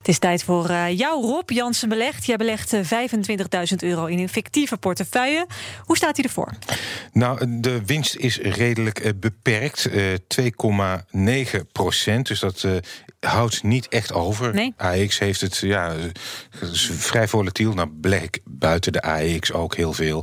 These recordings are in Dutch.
Het is tijd voor jou, Rob Jansen belegt. Jij belegt €25.000 in een fictieve portefeuille. Hoe staat hij ervoor? Nou, de winst is redelijk beperkt. 2,9%. Dus dat houdt niet echt over. Nee. AEX heeft het, is vrij volatiel. Nou, beleg ik buiten de AEX ook heel veel.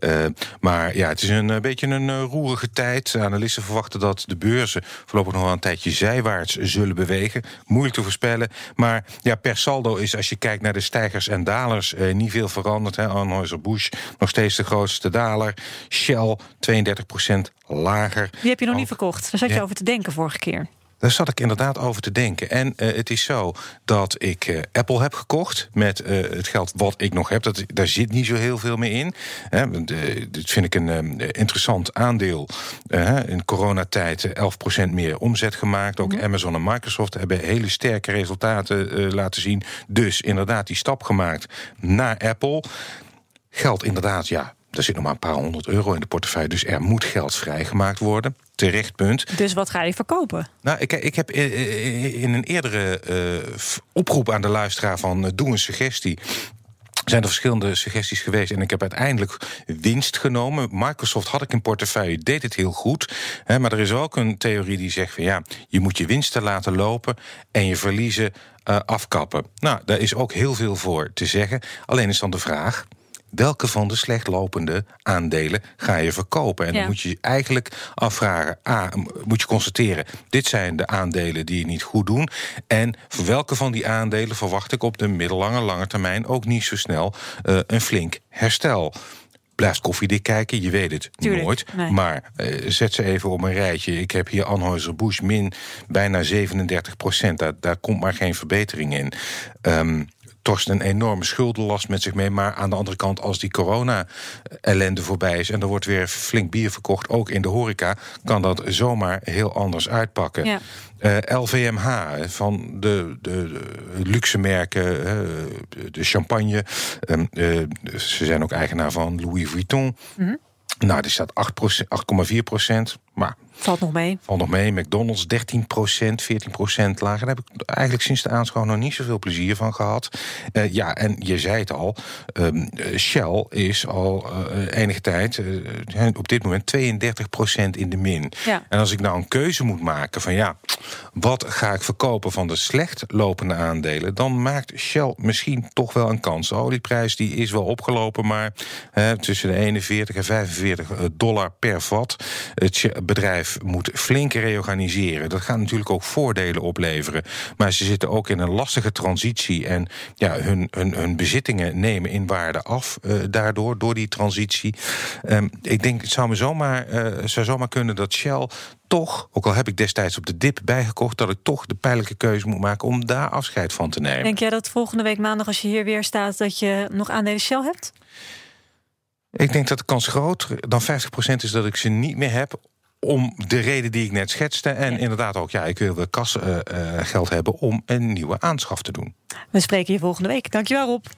Maar ja, het is een beetje een roerige tijd. Analisten verwachten dat de beurzen voorlopig nog wel een tijdje zijwaarts zullen bewegen. Moeilijk te voorspellen. Maar ja, per saldo is, als je kijkt naar de stijgers en dalers, niet veel veranderd. Anheuser-Busch nog steeds de grootste daler. Shell 32% lager. Die heb je nog niet verkocht. Daar zat je over te denken vorige keer. Daar zat ik inderdaad over te denken. En het is zo dat ik Apple heb gekocht met het geld wat ik nog heb. Daar zit niet zo heel veel meer in. Dit vind ik een interessant aandeel. In coronatijd 11% meer omzet gemaakt. Ook Amazon en Microsoft hebben hele sterke resultaten laten zien. Dus inderdaad die stap gemaakt naar Apple. Geld inderdaad, er zit nog maar een paar €100 in de portefeuille. Dus er moet geld vrijgemaakt worden. Terecht punt. Dus wat ga je verkopen? Nou, ik heb in een eerdere oproep aan de luisteraar van doe een suggestie. Zijn er verschillende suggesties geweest en ik heb uiteindelijk winst genomen. Microsoft had ik in portefeuille, deed het heel goed. Maar er is ook een theorie die zegt van je moet je winsten laten lopen en je verliezen afkappen. Nou, daar is ook heel veel voor te zeggen. Alleen is dan de vraag: welke van de slecht lopende aandelen ga je verkopen? En dan moet je je eigenlijk afvragen. Moet je constateren, dit zijn de aandelen die je niet goed doen. En voor welke van die aandelen verwacht ik op de middellange, lange termijn ook niet zo snel een flink herstel? Blijf koffiedik kijken, je weet het nooit. Nee. Maar zet ze even op een rijtje. Ik heb hier Anheuser-Busch min bijna 37%. Daar komt maar geen verbetering in. Torst een enorme schuldenlast met zich mee. Maar aan de andere kant, als die corona-ellende voorbij is en er wordt weer flink bier verkocht, ook in de horeca, kan dat zomaar heel anders uitpakken. Ja. LVMH, van de luxe merken, de champagne. Ze zijn ook eigenaar van Louis Vuitton. Mm-hmm. Nou, die staat 8,4%. Maar valt nog mee. Valt nog mee. McDonald's 13%, 14% lager. Daar heb ik eigenlijk sinds de aanschouw nog niet zoveel plezier van gehad. En je zei het al, Shell is al enige tijd, op dit moment 32% in de min. Ja. En als ik nou een keuze moet maken van wat ga ik verkopen van de slecht lopende aandelen, dan maakt Shell misschien toch wel een kans. De olieprijs die is wel opgelopen, maar tussen de 41 en $45 per vat. Het bedrijf moet flink reorganiseren. Dat gaat natuurlijk ook voordelen opleveren. Maar ze zitten ook in een lastige transitie. En hun bezittingen nemen in waarde af daardoor, door die transitie. Ik denk, het zou zomaar kunnen dat Shell toch, ook al heb ik destijds op de dip bijgekocht, dat ik toch de pijnlijke keuze moet maken om daar afscheid van te nemen. Denk jij dat volgende week maandag, als je hier weer staat, dat je nog aandelen Shell hebt? Ik denk dat de kans groter dan 50% is dat ik ze niet meer heb, om de reden die ik net schetste. En inderdaad ook, ik wil wel kasgeld hebben om een nieuwe aanschaf te doen. We spreken je volgende week. Dankjewel, Rob.